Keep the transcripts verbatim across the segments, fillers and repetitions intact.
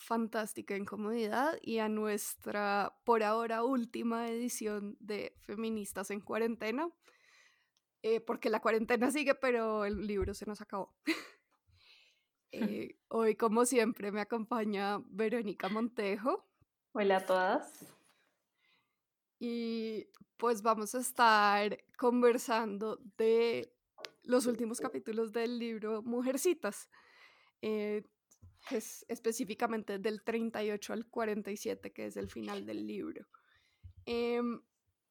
fantástica incomodidad y a nuestra, por ahora, última edición de Feministas en Cuarentena, eh, porque la cuarentena sigue, pero el libro se nos acabó. Eh, hoy, como siempre, me acompaña Verónica Montejo Hola a todas. y pues vamos a estar conversando de los últimos capítulos del libro Mujercitas, eh, que es específicamente del treinta y ocho al cuarenta y siete, que es el final del libro. Em,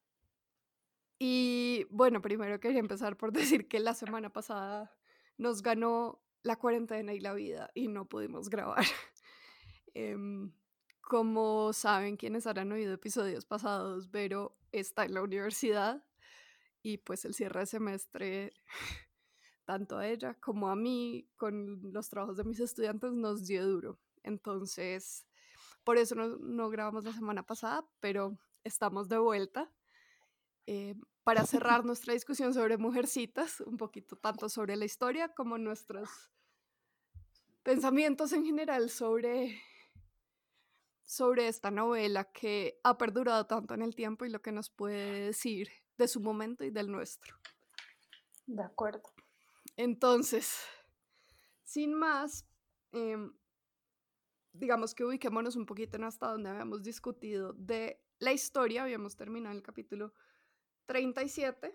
y bueno, primero quería empezar por decir que la semana pasada nos ganó la cuarentena y la vida y no pudimos grabar. Em, como saben quienes habrán oído episodios pasados, Vero está en la universidad y pues el cierre de semestre, tanto a ella como a mí, con los trabajos de mis estudiantes, nos dio duro. Entonces, por eso no, no grabamos la semana pasada, pero estamos de vuelta eh, para cerrar nuestra discusión sobre Mujercitas, un poquito tanto sobre la historia como nuestros pensamientos en general sobre, sobre esta novela que ha perdurado tanto en el tiempo y lo que nos puede decir de su momento y del nuestro. De acuerdo. Entonces, sin más, eh, digamos que ubiquémonos un poquito en hasta donde habíamos discutido de la historia. Habíamos terminado el capítulo treinta y siete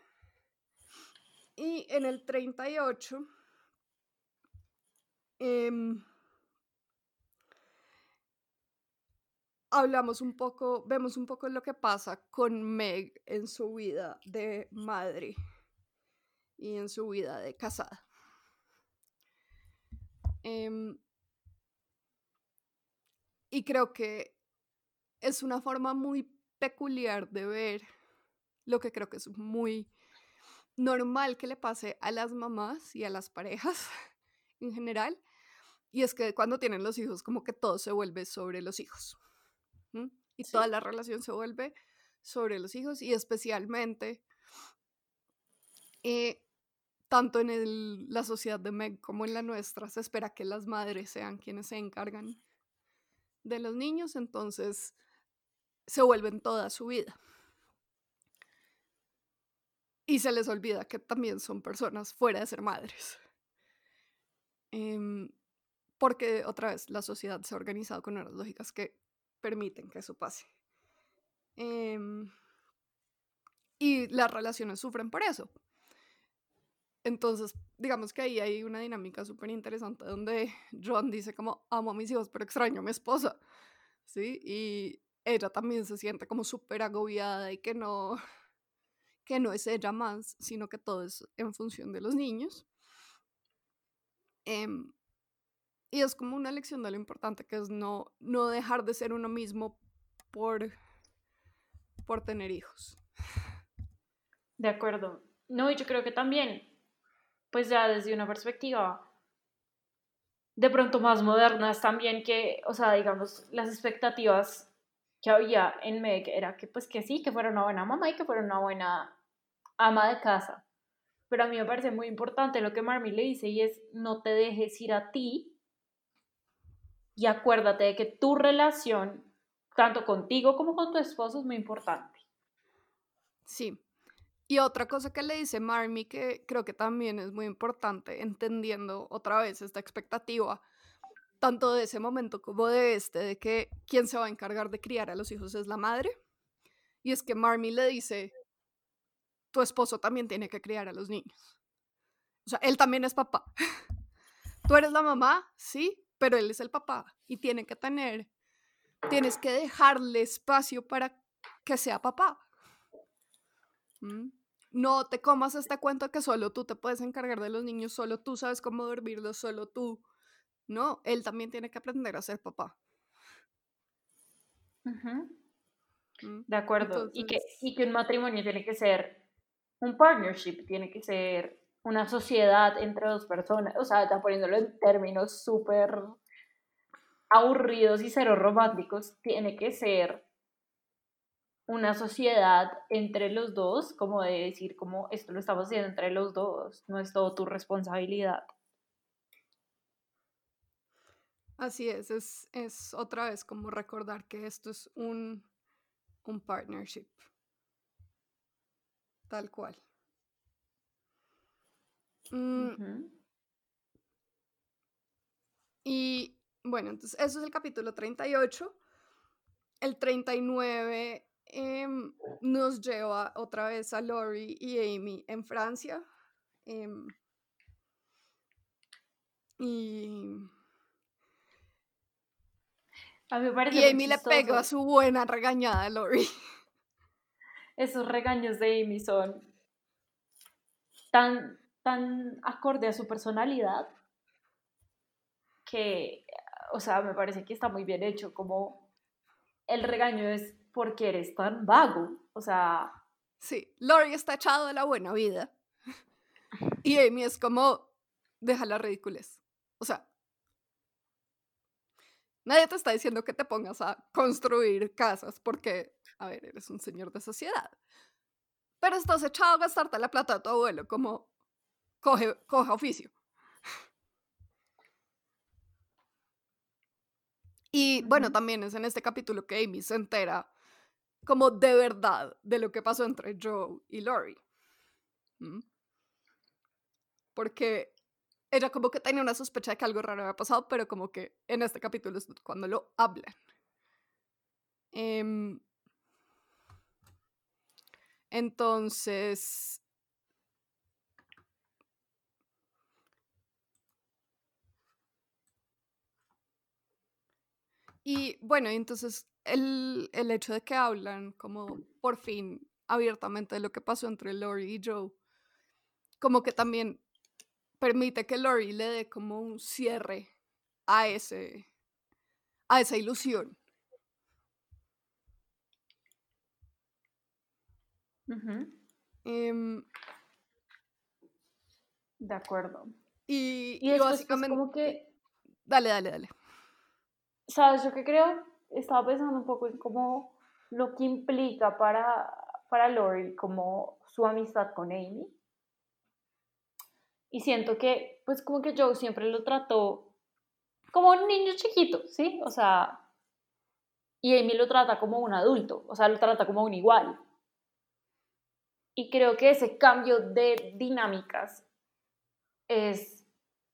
y en el treinta y ocho eh, hablamos un poco, vemos un poco lo que pasa con Meg en su vida de madre y en su vida de casada. Eh, y creo que es una forma muy peculiar de ver lo que creo que es muy normal que le pase a las mamás y a las parejas en general, y es que cuando tienen los hijos como que todo se vuelve sobre los hijos, ¿m? Y Sí. toda la relación se vuelve sobre los hijos y especialmente eh, tanto en el, la sociedad de Meg como en la nuestra se espera que las madres sean quienes se encargan de los niños, entonces se vuelven toda su vida. Y se les olvida que también son personas fuera de ser madres. Eh, porque, otra vez, la sociedad se ha organizado con unas lógicas que permiten que eso pase. Eh, y las relaciones sufren por eso. Entonces, digamos que ahí hay una dinámica súper interesante donde John dice como, amo a mis hijos, pero extraño a mi esposa, ¿sí? Y ella también se siente como súper agobiada y que no, que no es ella más, sino que todo es en función de los niños. Eh, y es como una lección de lo importante que es no, no dejar de ser uno mismo por, por tener hijos. De acuerdo. No, y yo creo que también, pues ya desde una perspectiva de pronto más moderna, es también que, o sea, digamos, las expectativas que había en Meg era que pues que sí, que fuera una buena mamá y que fuera una buena ama de casa. Pero a mí me parece muy importante lo que Marmy le dice y es no te dejes ir a ti y acuérdate de que tu relación, tanto contigo como con tu esposo, es muy importante. Sí. Y otra cosa que le dice Marmy que creo que también es muy importante, entendiendo otra vez esta expectativa, tanto de ese momento como de este, de que quien se va a encargar de criar a los hijos es la madre. Y es que Marmy le dice, tu esposo también tiene que criar a los niños. O sea, él también es papá. Tú eres la mamá, sí, pero él es el papá y tiene que tener, tienes que dejarle espacio para que sea papá. ¿Mm? No te comas este cuento que solo tú te puedes encargar de los niños, solo tú sabes cómo dormirlos, solo tú. No, él también tiene que aprender a ser papá. Uh-huh. ¿Mm? De acuerdo. Y que, Entonces, y que un matrimonio tiene que ser un partnership, tiene que ser una sociedad entre dos personas. O sea, está poniéndolo en términos súper aburridos y cero románticos. Tiene que ser una sociedad entre los dos, como de decir, como esto lo estamos haciendo entre los dos, no es todo tu responsabilidad. Así es, es, es otra vez como recordar que esto es un, un partnership, tal cual. Mm, Ujú. y bueno, entonces eso es el capítulo treinta y ocho. El treinta y nueve em, nos lleva otra vez a Lori y Amy en Francia. em, y, A mí me parece y muy Amy le pega chistoso. su buena regañada a Lori. Esos regaños de Amy son tan, tan acorde a su personalidad que, o sea, me parece que está muy bien hecho, como el regaño es porque eres tan vago, o sea, Sí, Lori está echado de la buena vida. Y Amy es como, deja la ridiculez. O sea, nadie te está diciendo que te pongas a construir casas porque, a ver, eres un señor de sociedad. Pero estás echado a gastarte la plata de tu abuelo, como, coge, coge oficio. Y bueno, ujú, también es en este capítulo que Amy se entera como de verdad de lo que pasó entre Joe y Lori. ¿Mm? Porque ella como que tenía una sospecha de que algo raro había pasado, pero como que en este capítulo es cuando lo hablan. Em, entonces, y bueno, y entonces el, el hecho de que hablan como por fin abiertamente de lo que pasó entre Lori y Joe, como que también permite que Lori le dé como un cierre a ese, a esa ilusión. ujú, Em, de acuerdo. y, Y y después, pues básicamente, como que, dale, dale, dale. ¿sabes? Yo que creo, estaba pensando un poco en cómo lo que implica para, para Lori, como su amistad con Amy. Y siento que, pues como que Joe siempre lo trató como un niño chiquito, ¿sí? O sea, y Amy lo trata como un adulto, o sea, lo trata como un igual. Y creo que ese cambio de dinámicas es,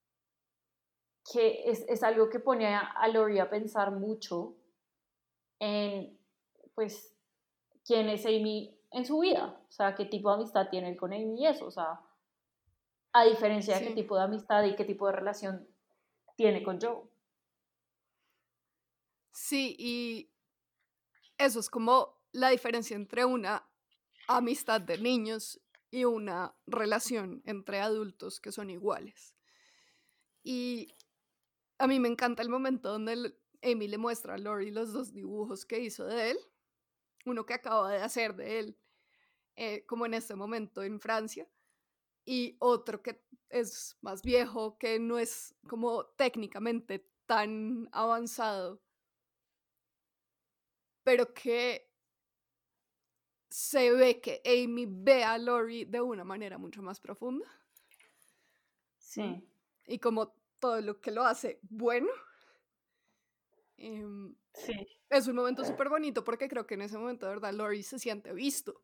que es, es algo que pone a, a Lori a pensar mucho en, pues, quién es Amy en su vida, o sea, qué tipo de amistad tiene él con Amy y eso, o sea, a diferencia de qué Sí, tipo de amistad y qué tipo de relación tiene con Joe. sí, y eso es como la diferencia entre una amistad de niños y una relación entre adultos que son iguales. Y a mí me encanta el momento donde el- Amy le muestra a Lori los dos dibujos que hizo de él, uno que acaba de hacer de él, eh, como en este momento en Francia, y otro que es más viejo, que no es como técnicamente tan avanzado, pero que se ve que Amy ve a Lori de una manera mucho más profunda. ¿M? Sí, Y como todo lo que lo hace bueno. em, sí. es un momento súper bonito porque creo que en ese momento, de verdad, Lori se siente visto.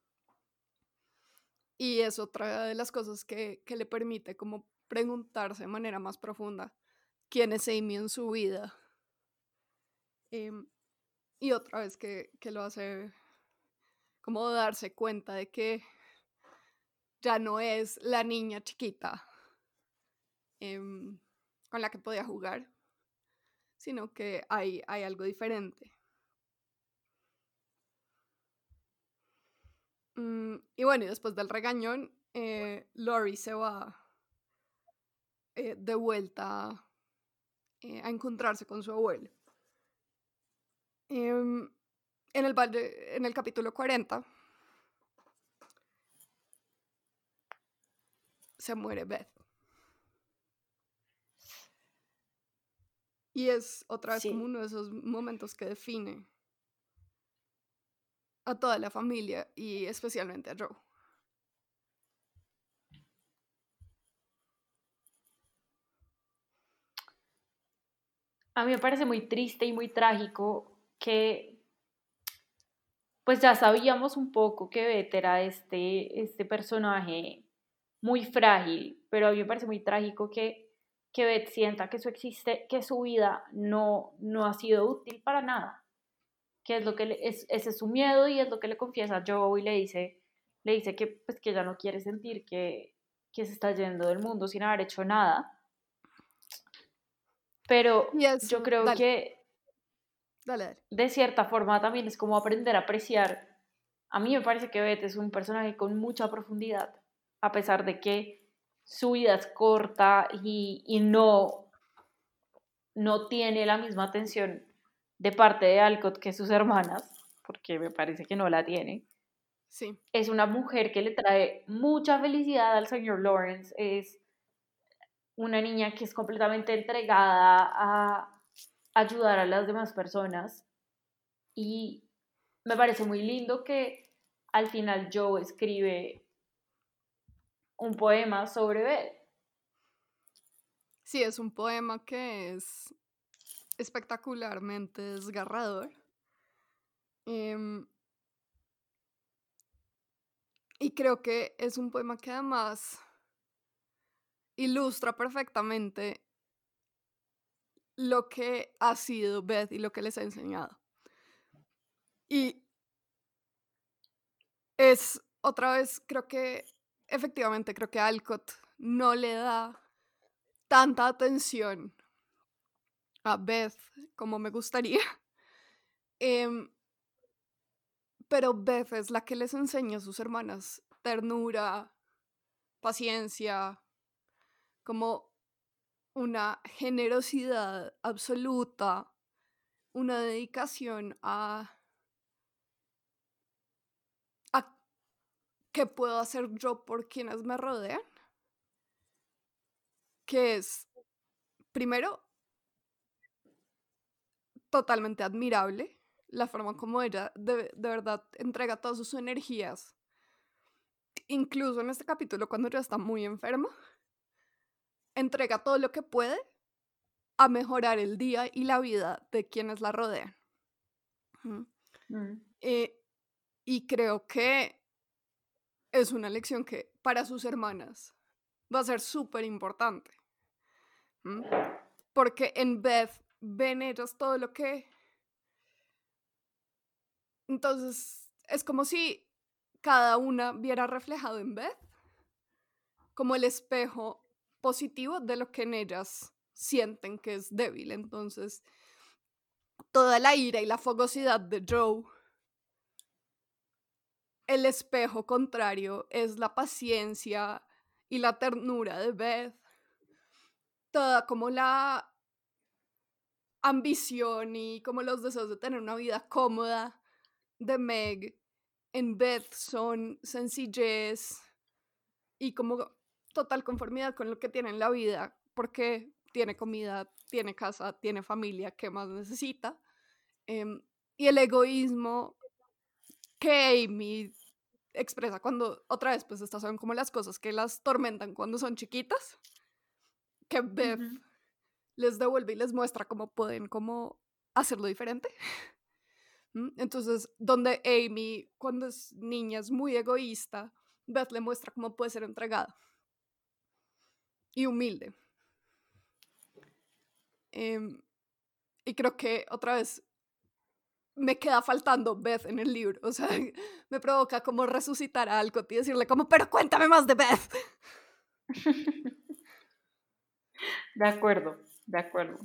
Y es otra de las cosas que, que le permite como preguntarse de manera más profunda quién es Amy en su vida. Em, y otra vez que, que lo hace como darse cuenta de que ya no es la niña chiquita em, con la que podía jugar, sino que hay, hay algo diferente. Mm, y bueno, y después del regañón, eh, Lori se va eh, de vuelta eh, a encontrarse con su abuelo. Em, en, el valle, en el capítulo cuarenta se muere Beth. Y es otra vez como Sí, uno de esos momentos que define a toda la familia y especialmente a Joe. a mí me parece muy triste y muy trágico que pues ya sabíamos un poco que Beth era este, este personaje muy frágil, pero a mí me parece muy trágico que, que Beth sienta que su, existe, que su vida no, no ha sido útil para nada, que es lo que le- es, ese es su miedo y es lo que le confiesa a Joe y le dice, le dice que, pues, que ella no quiere sentir que, que se está yendo del mundo sin haber hecho nada, pero Y yo eso, creo dale, que dale, dale. de cierta forma también es como aprender a apreciar. A mí me parece que Beth es un personaje con mucha profundidad, a pesar de que su vida es corta y, y no, no tiene la misma atención de parte de Alcott que sus hermanas, porque me parece que no la tiene. Sí, Es una mujer que le trae mucha felicidad al señor Lawrence, es una niña que es completamente entregada a ayudar a las demás personas y me parece muy lindo que al final Joe escribe un poema sobre Beth. sí, es un poema que es espectacularmente desgarrador. Em, y creo que es un poema que además ilustra perfectamente lo que ha sido Beth y lo que les ha enseñado. Y es otra vez, creo que efectivamente, creo que Alcott no le da tanta atención a Beth como me gustaría. Em, pero Beth es la que les enseña a sus hermanas ternura, paciencia, como una generosidad absoluta, una dedicación a, a qué puedo hacer yo por quienes me rodean, que es, primero, totalmente admirable la forma como ella de, de verdad entrega todas sus energías, incluso en este capítulo cuando ella está muy enferma, entrega todo lo que puede a mejorar el día y la vida de quienes la rodean. Ujú. Mm. Eh, y creo que es una lección que para sus hermanas va a ser súper importante. ¿M? Porque en Beth ven ellos todo lo que... Entonces, es como si cada una viera reflejado en Beth como el espejo positivo de lo que en ellas sienten que es débil. Entonces, toda la ira y la fogosidad de Joe, el espejo contrario es la paciencia y la ternura de Beth, toda como la ambición y como los deseos de tener una vida cómoda de Meg en Beth son sencillez y como total conformidad con lo que tiene en la vida, porque tiene comida, tiene casa, tiene familia, ¿qué más necesita? Em, y el egoísmo que Amy expresa cuando, otra vez, pues estas son como las cosas que las tormentan cuando son chiquitas, que Beth Ujú. les devuelve y les muestra cómo pueden como hacerlo diferente. ¿Mm? Entonces, donde Amy, cuando es niña, es muy egoísta, Beth le muestra cómo puede ser entregada y humilde. Em, y creo que otra vez me queda faltando Beth en el libro. O sea, me provoca como resucitar a Alcott y decirle como, pero cuéntame más de Beth. De acuerdo, de acuerdo.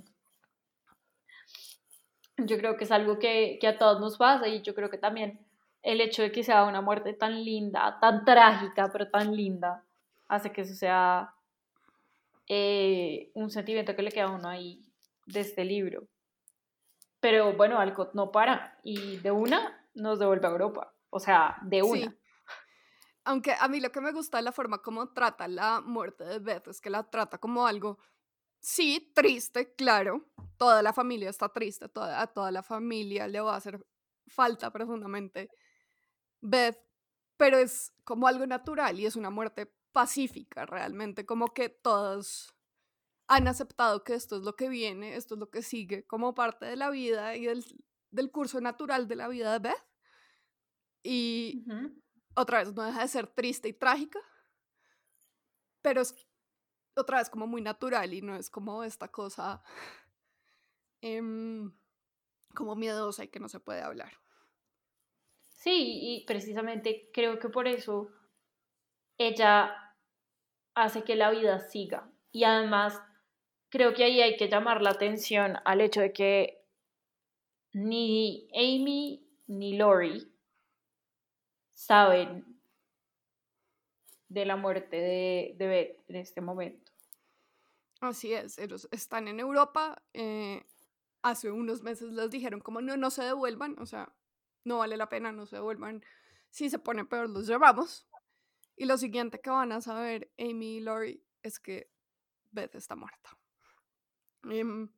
Yo creo que es algo que, que a todos nos pasa y yo creo que también el hecho de que sea una muerte tan linda, tan trágica, pero tan linda, hace que eso sea eh, un sentimiento que le queda a uno ahí de este libro. Pero bueno, Alcott no para y de una nos devuelve a Europa. O sea, de una. Sí, aunque a mí lo que me gusta es la forma como trata la muerte de Beth, es que la trata como algo, sí, triste, claro, toda la familia está triste, toda, a toda la familia le va a hacer falta profundamente Beth, pero es como algo natural y es una muerte pacífica realmente, como que todos han aceptado que esto es lo que viene, esto es lo que sigue como parte de la vida y del, del curso natural de la vida de Beth. Y Ujú. otra vez no deja de ser triste y trágica, pero es otra vez como muy natural y no es como esta cosa em, como miedosa y que no se puede hablar. Sí, y precisamente creo que por eso ella hace que la vida siga. Y además, creo que ahí hay que llamar la atención al hecho de que ni Amy ni Lori saben de la muerte de, de Beth en este momento. Así es, ellos están en Europa, eh, hace unos meses les dijeron como no, no se devuelvan, o sea, no vale la pena, no se devuelvan, si se pone peor los llevamos. Y lo siguiente que van a saber Amy y Lori es que Beth está muerta. Um,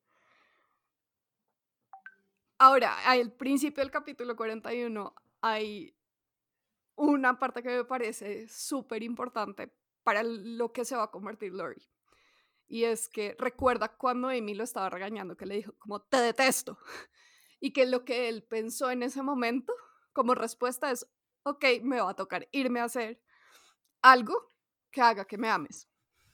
ahora, al principio del capítulo cuarenta y uno hay una parte que me parece súper importante para lo que se va a convertir Lori. Y es que recuerda cuando Amy lo estaba regañando, que le dijo como te detesto. Y que lo que él pensó en ese momento como respuesta es, ok, me va a tocar irme a hacer algo que haga que me ames.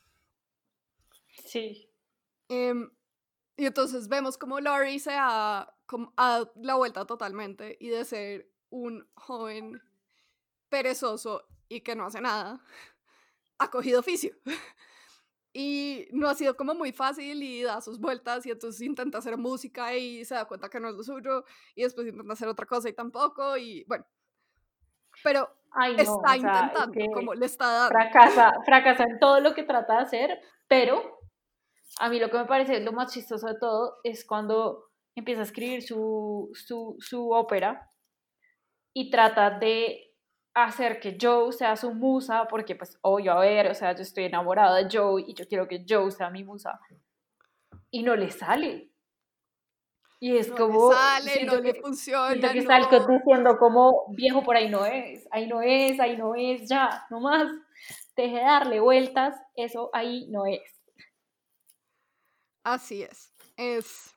Sí. Um, y entonces vemos como Lori se ha, como, ha dado la vuelta totalmente y de ser un joven perezoso y que no hace nada, ha cogido oficio. Y no ha sido como muy fácil y da sus vueltas y entonces intenta hacer música y se da cuenta que no es lo suyo y después intenta hacer otra cosa y tampoco y bueno, pero Ay, no, o está sea, es intentando, que como le está dando. fracasa, fracasa en todo lo que trata de hacer, pero a mí lo que me parece lo más chistoso de todo es cuando empieza a escribir su, su, su ópera y trata de hacer que Joe sea su musa, porque pues obvio, a ver, o sea, yo estoy enamorado de Joe y yo quiero que Joe sea mi musa. Y no le sale. Y es No le como, sale, no siento le que, siento funciona, que está el no. diciendo como, viejo, por ahí no es, ahí no es, ahí no es, ya, no más. Deje de darle vueltas, eso ahí no es. Así es. Es.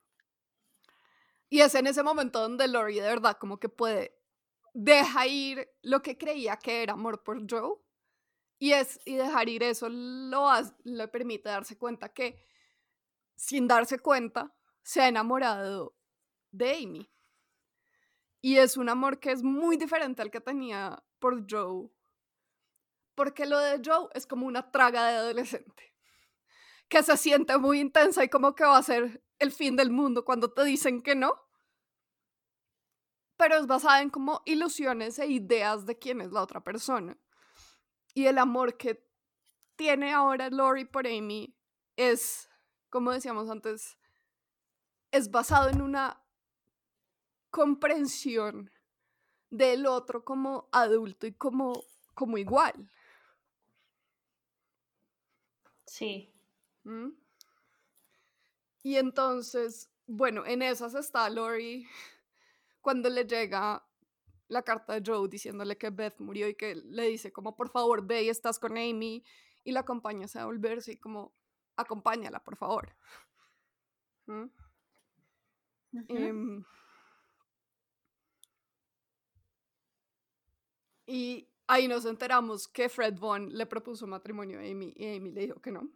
Y es en ese momento donde Lori de verdad como que puede dejar ir lo que creía que era amor por Joe. Y, es, y dejar ir eso lo hace, le permite darse cuenta que, sin darse cuenta, se ha enamorado de Amy. Y es un amor que es muy diferente al que tenía por Joe. Porque lo de Joe es como una traga de adolescente. Que se siente muy intensa y como que va a ser el fin del mundo cuando te dicen que no. Pero es basada en como ilusiones e ideas de quién es la otra persona. Y el amor que tiene ahora Lori por Amy es, como decíamos antes, es basado en una comprensión del otro como adulto y como, como igual. Sí. ¿Mm? Y entonces, bueno, en esas está Lori cuando le llega la carta de Joe diciéndole que Beth murió y que le dice como por favor ve y estás con Amy y la acompaña a volverse y como acompáñala por favor. ¿Mm? Uh-huh. Um, y ahí nos enteramos que Fred Vaughn le propuso matrimonio a Amy y Amy le dijo que no.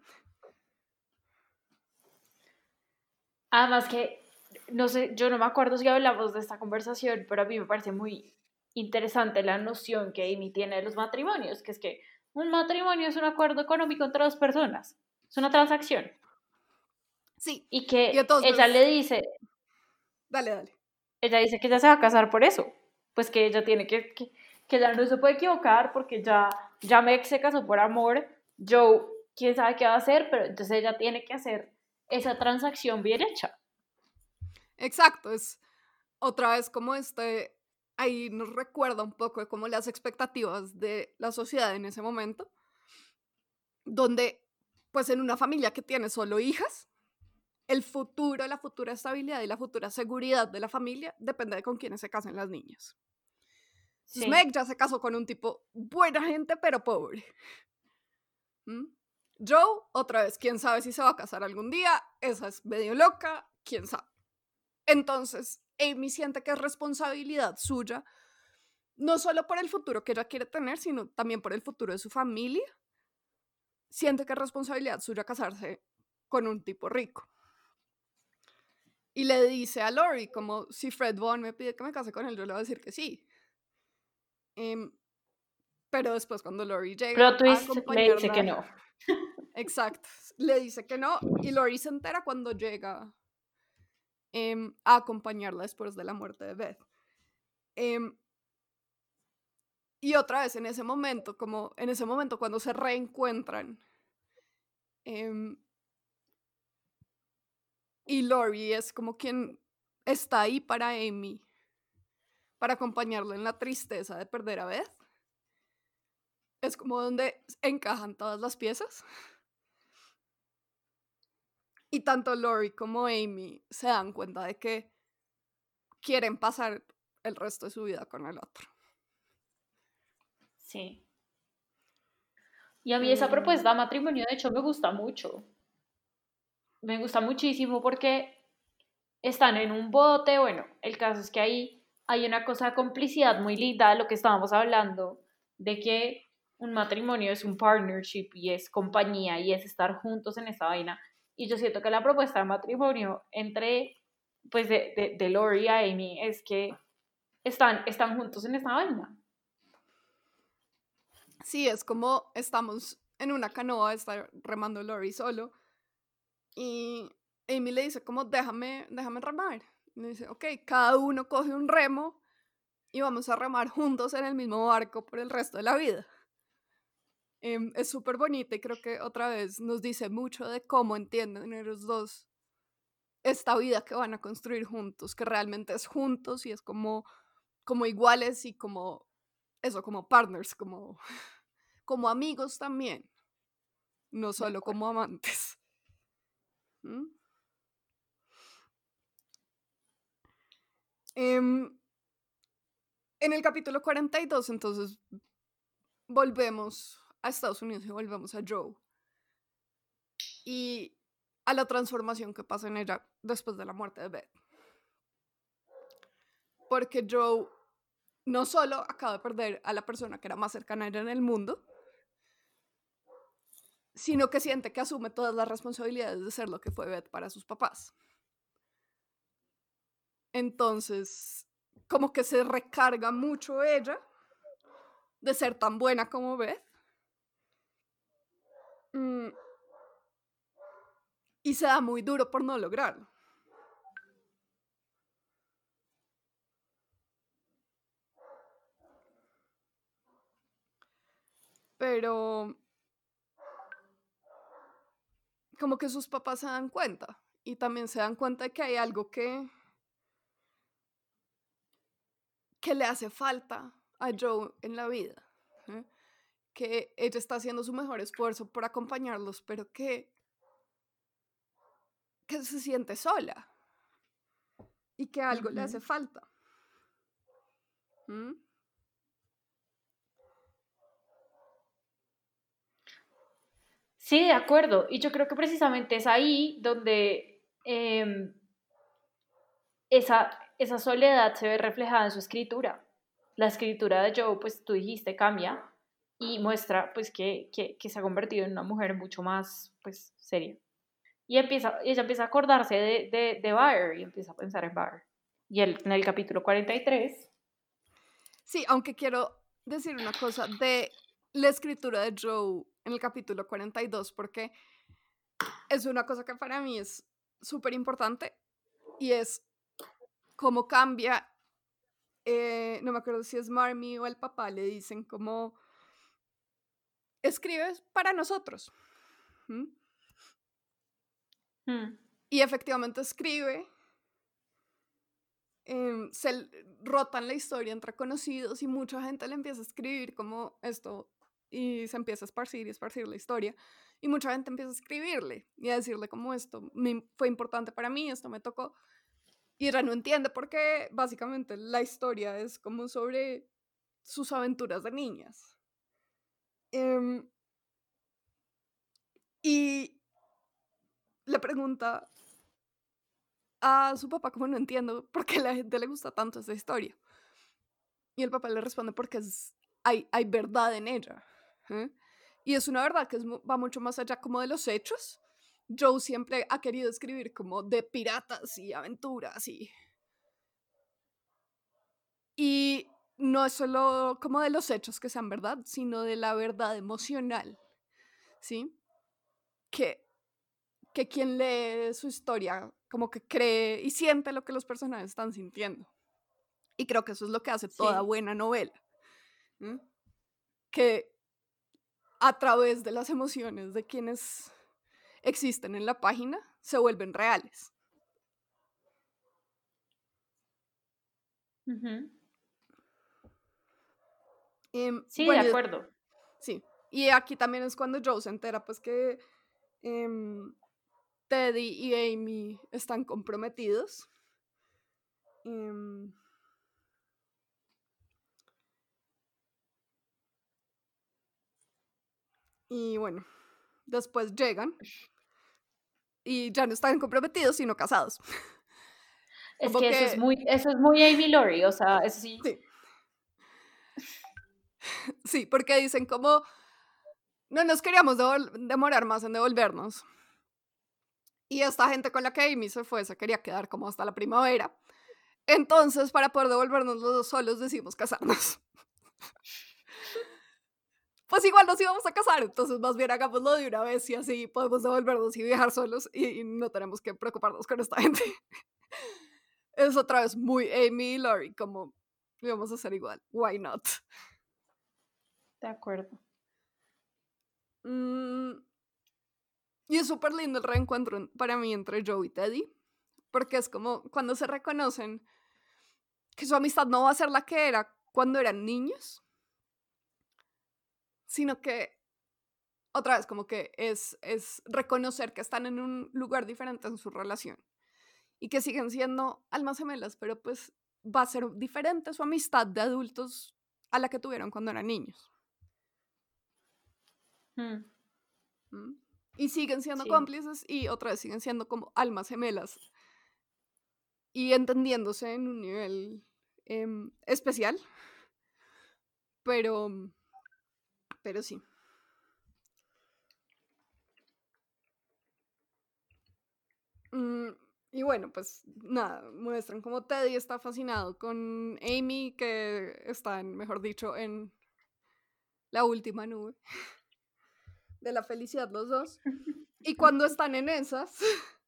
Además que, no sé, yo no me acuerdo si hablamos de esta conversación, pero a mí me parece muy interesante la noción que Amy tiene de los matrimonios, que es que un matrimonio es un acuerdo económico entre dos personas, es una transacción. Sí, Y y que ella entonces, le dice, dale, dale. ella dice que ella se va a casar por eso, pues que ella tiene que, que, que ella no se puede equivocar porque ya, ya Meg se casó por amor, Joe, quién sabe qué va a hacer, pero entonces ella tiene que hacer esa transacción bien hecha. Exacto, es otra vez como este, ahí nos recuerda un poco de como las expectativas de la sociedad en ese momento, donde pues en una familia que tiene solo hijas, el futuro, la futura estabilidad y la futura seguridad de la familia depende de con quiénes se casen las niñas. Entonces Sí. Meg ya se casó con un tipo buena gente pero pobre. ¿Mm? Joe, otra vez, quién sabe si se va a casar algún día, esa es medio loca, quién sabe. Entonces, Amy siente que es responsabilidad suya, no solo por el futuro que ella quiere tener, sino también por el futuro de su familia. Siente que es responsabilidad suya casarse con un tipo rico. Y le dice a Lori, como, si Fred Vaughn me pide que me case con él, yo le voy a decir que sí. Um, pero después cuando Lori llega Plot a twist, le dice que acompañarla... no. Exacto, le dice que no, y Lori se entera cuando llega um, a acompañarla después de la muerte de Beth. Um, y otra vez en ese momento, como en ese momento cuando se reencuentran, um, y Lori es como quien está ahí para Amy, para acompañarla en la tristeza de perder a Beth. Es como donde encajan todas las piezas. Y tanto Lori como Amy se dan cuenta de que quieren pasar el resto de su vida con el otro. Sí. Y a mí esa Eh, propuesta de matrimonio, de hecho, me gusta mucho. Me gusta muchísimo porque están en un bote. Bueno, el caso es que ahí hay una cosa de complicidad muy linda de lo que estábamos hablando, de que un matrimonio es un partnership y es compañía y es estar juntos en esta vaina. Y yo siento que la propuesta de matrimonio entre, pues, de, de, de Lori y Amy es que están, están juntos en esta vaina. Sí, es como estamos en una canoa, está remando Lori solo, y Amy le dice como, déjame, déjame remar. Y le dice, ok, cada uno coge un remo y vamos a remar juntos en el mismo barco por el resto de la vida. Um, es súper bonita y creo que otra vez nos dice mucho de cómo entienden ellos dos esta vida que van a construir juntos, que realmente es juntos y es como, como iguales y como eso, como partners, como, como amigos también, no solo como amantes. ¿Mm? Um, en el capítulo cuarenta y dos, entonces, volvemos a Estados Unidos y volvemos a Joe. Y a la transformación que pasa en ella después de la muerte de Beth. Porque Joe no solo acaba de perder a la persona que era más cercana a ella en el mundo, sino que siente que asume todas las responsabilidades de ser lo que fue Beth para sus papás. Entonces, como que se recarga mucho ella de ser tan buena como Beth. Mm, y se da muy duro por no lograrlo. Pero como que sus papás se dan cuenta y también se dan cuenta de que hay algo que que le hace falta a Joe en la vida, ¿eh? Que ella está haciendo su mejor esfuerzo por acompañarlos, pero que, que se siente sola y que algo uh-huh. le hace falta. ¿Mm? Sí, de acuerdo. Y yo creo que precisamente es ahí donde eh, esa, esa soledad se ve reflejada en su escritura. La escritura de Joe, pues tú dijiste, cambia y muestra pues que, que, que se ha convertido en una mujer mucho más pues seria. Y empieza, ella empieza a acordarse de, de, de Baer y empieza a pensar en Baer. Y el, en el capítulo cuarenta y tres... Sí, aunque quiero decir una cosa de la escritura de Joe en el capítulo cuarenta y dos, porque es una cosa que para mí es súper importante y es cómo cambia, eh, no me acuerdo si es Marmee o el papá, le dicen como, escribes para nosotros. ¿Mm? Hmm. Y efectivamente escribe, eh, se rotan la historia entre conocidos y mucha gente le empieza a escribir como esto y se empieza a esparcir y esparcir la historia y mucha gente empieza a escribirle y a decirle como esto me, fue importante para mí, esto me tocó, y ella no entiende porque básicamente la historia es como sobre sus aventuras de niñas. Um, Y le pregunta a su papá como no entiendo por qué a la gente le gusta tanto esta historia. Y el papá le responde porque es, hay, hay verdad en ella. ¿eh? Y es una verdad que es, va mucho más allá como de los hechos. Joe siempre ha querido escribir como de piratas y aventuras y... Y no es solo como de los hechos que sean verdad, sino de la verdad emocional, ¿sí? Que, que quien lee su historia como que cree y siente lo que los personajes están sintiendo. Y creo que eso es lo que hace toda Sí. buena novela. ¿sí? Que a través de las emociones de quienes existen en la página se vuelven reales. Uh-huh. Eh, Sí, bueno, de acuerdo. Sí, y aquí también es cuando Joe se entera pues que eh, Teddy y Amy están comprometidos. Eh, y bueno, después llegan y ya no están comprometidos, sino casados. Es Como que eso es que, muy, eso es muy Amy Laurie, o sea, eso sí. sí, sí, porque dicen como, no nos queríamos devol- demorar más en devolvernos. Y esta gente con la que Amy se fue se quería quedar como hasta la primavera. Entonces, para poder devolvernos los dos solos, decidimos casarnos. Pues igual nos íbamos a casar, entonces más bien hagámoslo de una vez y así podemos devolvernos y viajar solos y, y no tenemos que preocuparnos con esta gente. Es otra vez muy Amy y Laurie, como íbamos a hacer igual, why not? De acuerdo. Mm, y es súper lindo el reencuentro para mí entre Joe y Teddy, porque es como cuando se reconocen que su amistad no va a ser la que era cuando eran niños, sino que otra vez como que es, es reconocer que están en un lugar diferente en su relación y que siguen siendo almas gemelas, pero pues va a ser diferente su amistad de adultos a la que tuvieron cuando eran niños. Hmm. ¿Mm? Y siguen siendo Sí. cómplices y otra vez siguen siendo como almas gemelas y entendiéndose en un nivel eh, especial, pero, pero sí. Mm, y bueno, pues nada, muestran cómo Teddy está fascinado con Amy, que está, en, mejor dicho, en la última nube de la felicidad los dos. Y cuando están en esas,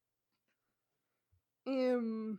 eh,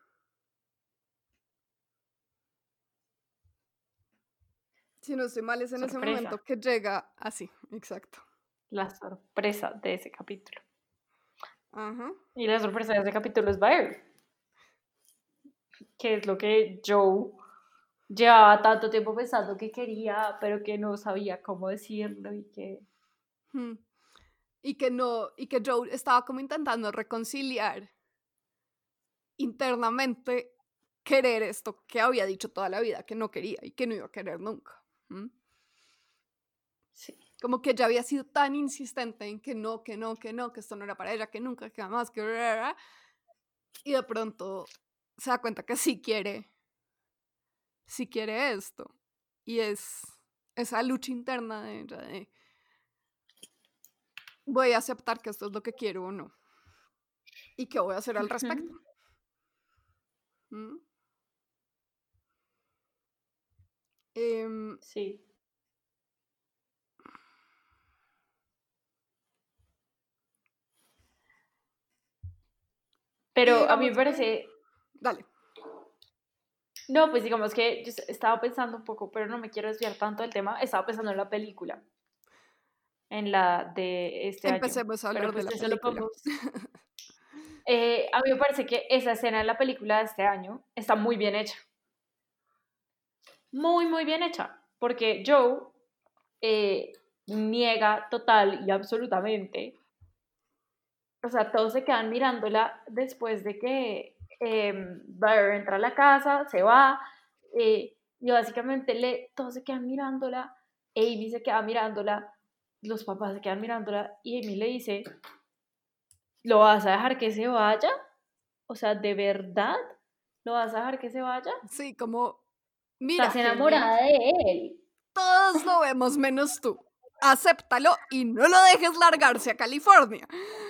si no estoy mal, es en ese Sorpresa. momento que llega así, exacto. La sorpresa de ese capítulo. Ajá. Y la sorpresa de ese capítulo es Byron, que es lo que Joe llevaba tanto tiempo pensando que quería, pero que no sabía cómo decirlo y que... Hmm. Y que no, y que Joe estaba como intentando reconciliar internamente querer esto que había dicho toda la vida que no quería y que no iba a querer nunca. ¿Mm? Sí. Como que ya había sido tan insistente en que no, que no, que no, que esto no era para ella, que nunca, que jamás, que... Y de pronto se da cuenta que sí quiere, sí quiere esto. Y es esa lucha interna de ella de voy a aceptar que esto es lo que quiero o no. ¿Y qué voy a hacer al respecto? Uh-huh. ¿Mm? Eh, Sí. y Pero a mí digamos me que... parece... Dale. No, pues digamos que yo estaba pensando un poco, pero no me quiero desviar tanto del tema. Estaba pensando en la película, en la de este año. Empecemos a Pero hablar de pues la eso lo película. podemos... Eh, a mí me parece que esa escena de la película de este año está muy bien hecha. Muy, muy bien hecha. Porque Joe eh, niega total y absolutamente. O sea, todos se quedan mirándola después de que eh, Byron entra a la casa, se va, eh, y básicamente le, todos se quedan mirándola, Amy se queda mirándola, los papás se quedan mirándola y Amy le dice, ¿lo vas a dejar que se vaya? O sea, ¿de verdad lo vas a dejar que se vaya? Sí, como, mira, Estás Amy, enamorada de él. todos lo vemos menos tú. Acéptalo y no lo dejes largarse a California.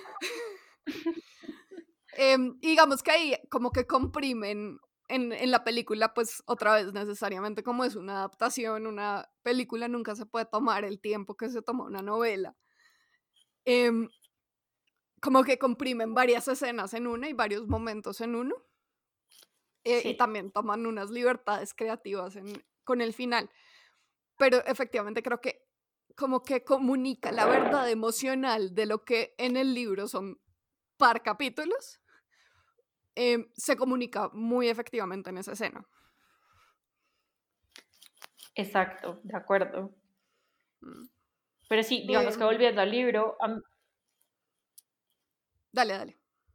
Eh, digamos que ahí como que comprimen en, en la película, pues otra vez necesariamente como es una adaptación, una película nunca se puede tomar el tiempo que se toma una novela. Eh, como que comprimen varias escenas en una y varios momentos en uno. Eh, y Sí, también toman unas libertades creativas en, con el final. Pero efectivamente creo que como que comunica la verdad emocional de lo que en el libro son par capítulos, eh, se comunica muy efectivamente en esa escena. exacto, de acuerdo. Mm. Pero sí, Eh, digamos que volviendo al libro, a, dale, dale.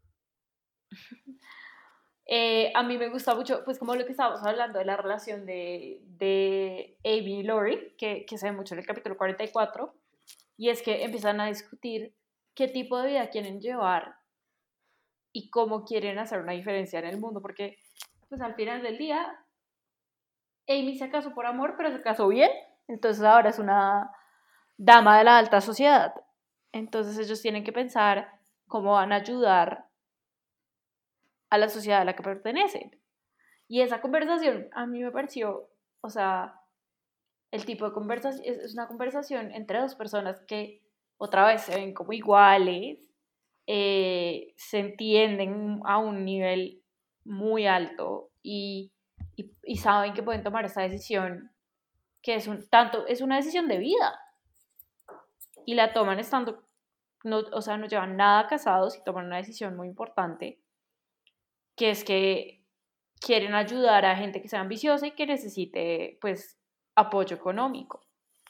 eh, a mí me gusta mucho, pues como lo que estábamos hablando de la relación de, de Amy y Laurie, que, que se ve mucho en el capítulo cuarenta y cuatro, y es que empiezan a discutir qué tipo de vida quieren llevar y cómo quieren hacer una diferencia en el mundo, porque pues al final del día Amy se casó por amor, pero se casó bien, entonces ahora es una dama de la alta sociedad. Entonces ellos tienen que pensar cómo van a ayudar a la sociedad a la que pertenecen. Y esa conversación a mí me pareció, o sea, el tipo de conversación es una conversación entre dos personas que otra vez se ven como iguales, eh, se entienden a un nivel muy alto y, y, y saben que pueden tomar esa decisión que es un tanto es una decisión de vida y la toman estando no, o sea, no llevan nada casados y toman una decisión muy importante que es que quieren ayudar a gente que sea ambiciosa y que necesite pues apoyo económico.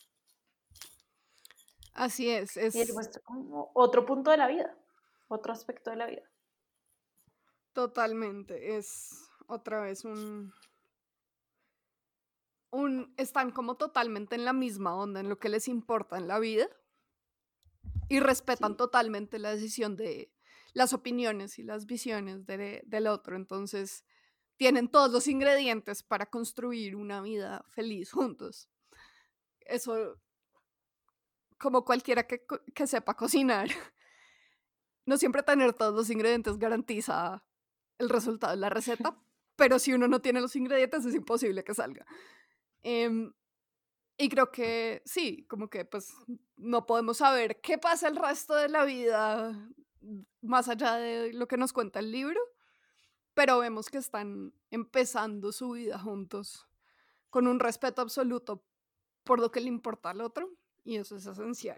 Así es, Y es es pues, como otro punto de la vida, otro aspecto de la vida. totalmente, es otra vez un, un, están como totalmente en la misma onda en lo que les importa en la vida y respetan Sí. totalmente la decisión de las opiniones y las visiones de, del otro. Entonces, tienen todos los ingredientes para construir una vida feliz juntos. Eso, como cualquiera que, que sepa cocinar, no siempre tener todos los ingredientes garantiza el resultado de la receta, pero si uno no tiene los ingredientes es imposible que salga. Eh, y creo que sí, como que pues no podemos saber qué pasa el resto de la vida más allá de lo que nos cuenta el libro, pero vemos que están empezando su vida juntos con un respeto absoluto por lo que le importa al otro y eso es esencial.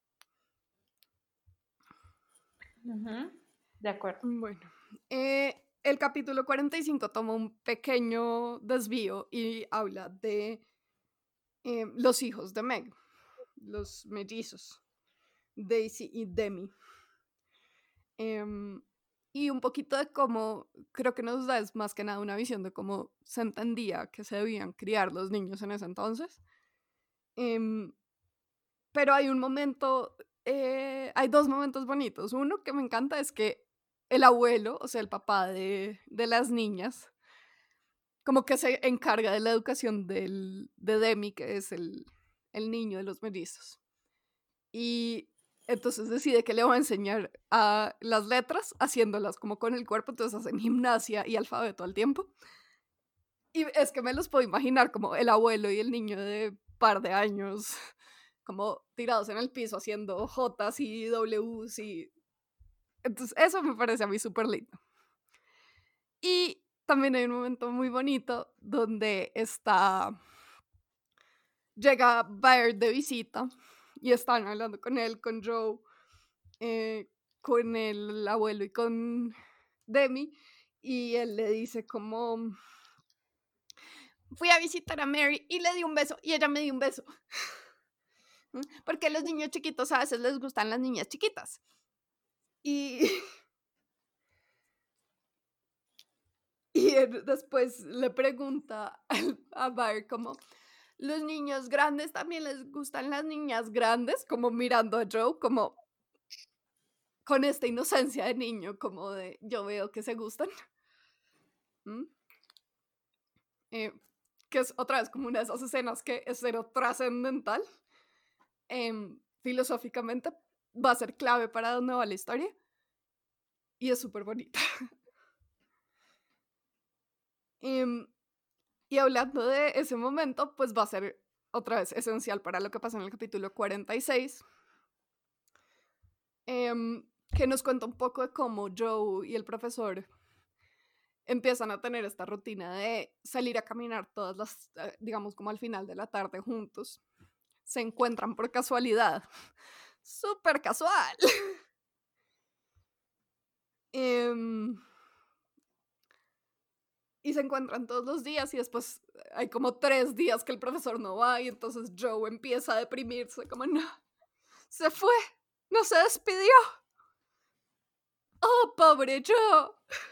Uh-huh. De acuerdo. Bueno, eh, el capítulo cuarenta y cinco toma un pequeño desvío y habla de eh, los hijos de Meg, los mellizos, Daisy y Demi. Eh, y un poquito de cómo, creo que nos da es más que nada una visión de cómo se entendía que se debían criar los niños en ese entonces. Eh, pero hay un momento, eh, hay dos momentos bonitos. Uno que me encanta es que el abuelo, o sea, el papá de, de las niñas, como que se encarga de la educación del, de Demi, que es el, el niño de los mellizos. Y entonces decide que le va a enseñar a las letras haciéndolas como con el cuerpo, entonces hacen gimnasia y alfabeto al tiempo. Y es que me los puedo imaginar como el abuelo y el niño de par de años, como tirados en el piso haciendo Jotas y Ws y... Entonces eso me parece a mí súper lindo. Y también hay un momento muy bonito donde está... Llega Baird de visita y están hablando con él, con Joe, eh, con el abuelo y con Demi, y él le dice como, fui a visitar a Mary y le di un beso y ella me dio un beso. Porque a los niños chiquitos a veces les gustan las niñas chiquitas. Y, y él después le pregunta a Baird como, los niños grandes también les gustan las niñas grandes, como mirando a Joe, como con esta inocencia de niño, como de yo veo que se gustan. ¿Mm? Eh, que es otra vez como una de esas escenas que es cero trascendental. Eh, filosóficamente va a ser clave para dónde va la historia. Y es súper bonita. eh, y hablando de ese momento, pues va a ser otra vez esencial para lo que pasa en el capítulo cuarenta y seis. Eh, que nos cuenta un poco de cómo Joe y el profesor empiezan a tener esta rutina de salir a caminar todas las, digamos, como al final de la tarde juntos. Se encuentran por casualidad. Súper casual. eh, y se encuentran todos los días y después hay como tres días que el profesor no va y entonces Joe empieza a deprimirse como no, se fue, no se despidió. Oh, pobre Joe.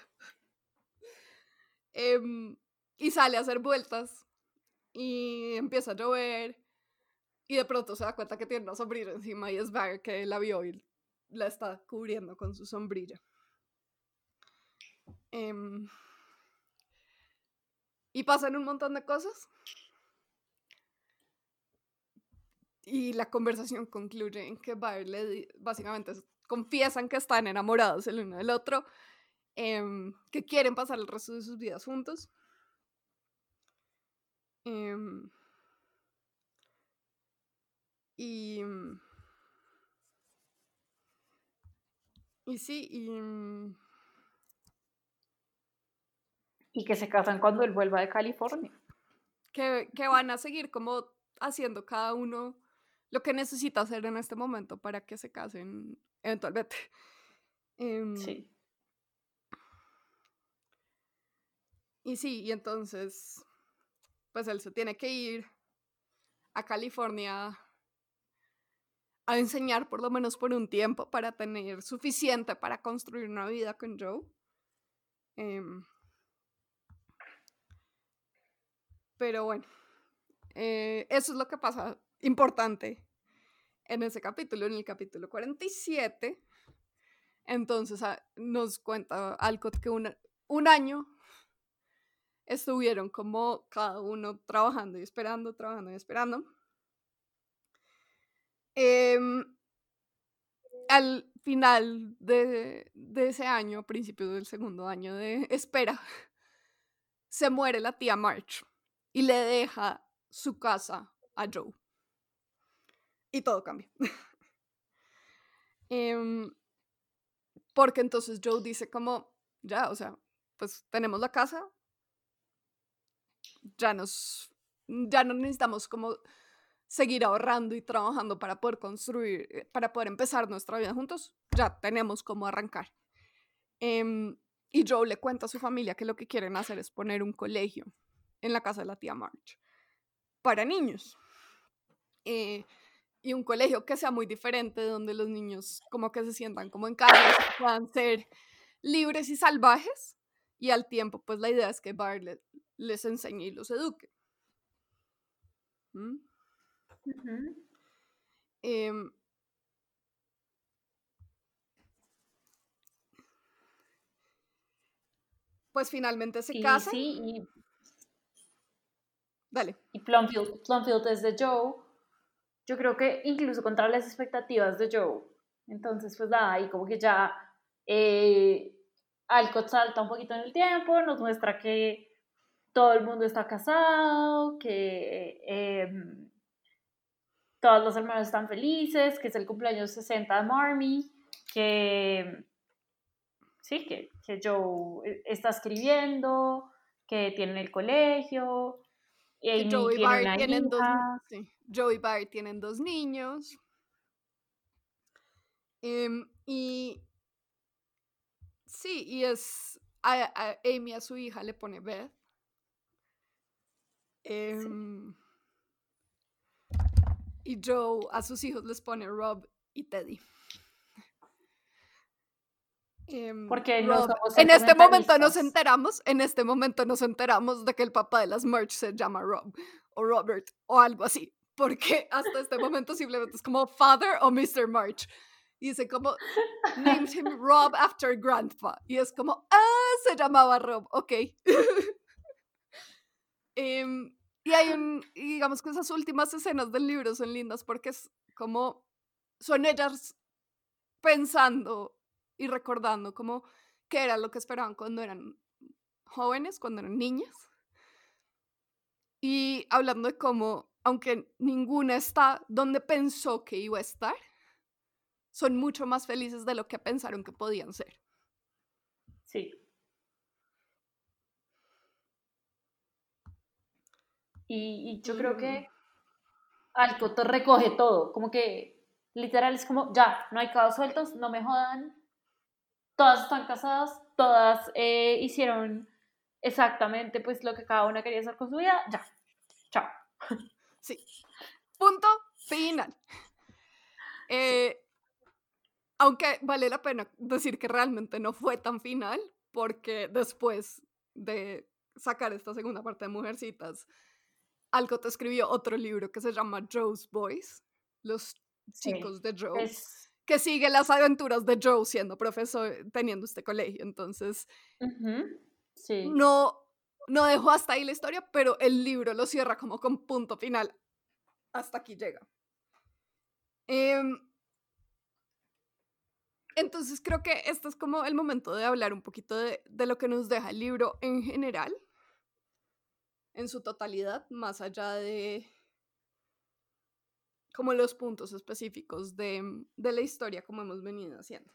eh, y sale a hacer vueltas y empieza a llover y de pronto se da cuenta que tiene una sombrilla encima y es Barry que la vio y la está cubriendo con su sombrilla. Eh, y pasan un montón de cosas y la conversación concluye en que Barry le básicamente confiesan que están enamorados el uno del otro, eh, que quieren pasar el resto de sus vidas juntos. Eh, y y sí, y y que se casan cuando él vuelva de California. Que, que van a seguir como haciendo cada uno lo que necesita hacer en este momento para que se casen eventualmente. Um, sí. Y sí, y entonces, pues él se tiene que ir a California a enseñar por lo menos por un tiempo para tener suficiente para construir una vida con Joe. Um, pero bueno, eh, eso es lo que pasa importante en ese capítulo, en el capítulo cuarenta y siete. Entonces ah, nos cuenta Alcott que una, un año estuvieron como cada uno trabajando y esperando, trabajando y esperando. Eh, al final de, de ese año, principio del segundo año de espera, se muere la tía March y le deja su casa a Joe. Y todo cambia. eh, porque entonces Joe dice como, ya, o sea, pues tenemos la casa, ya nos, ya no necesitamos como seguir ahorrando y trabajando para poder construir, para poder empezar nuestra vida juntos, ya tenemos cómo arrancar. Eh, y Joe le cuenta a su familia que lo que quieren hacer es poner un colegio en la casa de la tía March para niños. Eh, y un colegio que sea muy diferente, donde los niños como que se sientan como en casa, puedan ser libres y salvajes, y al tiempo pues la idea es que Bartlett les enseñe y los eduque. ¿Mm? Uh-huh. Eh, pues finalmente se y, casan. Sí, y, Dale. Y Plumfield, Plumfield es de Joe. Yo creo que incluso contra las expectativas de Joe. Entonces, pues nada, ahí como que ya eh, Alcott salta un poquito en el tiempo, nos muestra que todo el mundo está casado, que eh, todas las hermanas están felices, que es el cumpleaños sesenta de Marmee, que sí, que, que Joe está escribiendo, que tiene el colegio, Amy Joe y tiene Barry una tienen dos, hija. sí, Joe y Barry tienen dos niños. Um, y sí, y es a, a Amy a su hija le pone Beth. Um, sí. Y Joe a sus hijos les pone Rob y Teddy. Um, Porque Rob, no somos en este momento nos enteramos, en este momento nos enteramos de que el papá de las March se llama Rob. o Robert o algo así, porque hasta este momento simplemente es como Father o mister March. Y dice como, named him Rob after grandpa. Y es como, ah, se llamaba Rob, ok. um, y hay un, y digamos que esas últimas escenas del libro son lindas porque es como, son ellas pensando y recordando como qué era lo que esperaban cuando eran jóvenes, cuando eran niñas. Y hablando de cómo, aunque ninguna está donde pensó que iba a estar, son mucho más felices de lo que pensaron que podían ser. Sí. Y, y yo creo que Alcott recoge todo, como que literal es como, ya, no hay cabos sueltos, no me jodan, todas están casadas, todas eh, hicieron exactamente pues lo que cada una quería hacer con su vida, ya, chao. Sí, punto final. Eh, sí. Aunque vale la pena decir que realmente no fue tan final, porque después de sacar esta segunda parte de Mujercitas, Alcott escribió otro libro que se llama Joe's Boys, Los Sí, chicos de Joe, es... que sigue las aventuras de Joe siendo profesor, teniendo este colegio. Entonces, uh-huh, sí. no, no dejó hasta ahí la historia, pero el libro lo cierra como con punto final. Hasta aquí llega. Eh, entonces, creo que este es como el momento de hablar un poquito de, de lo que nos deja el libro en general, en su totalidad, más allá de como los puntos específicos de, de la historia como hemos venido haciendo.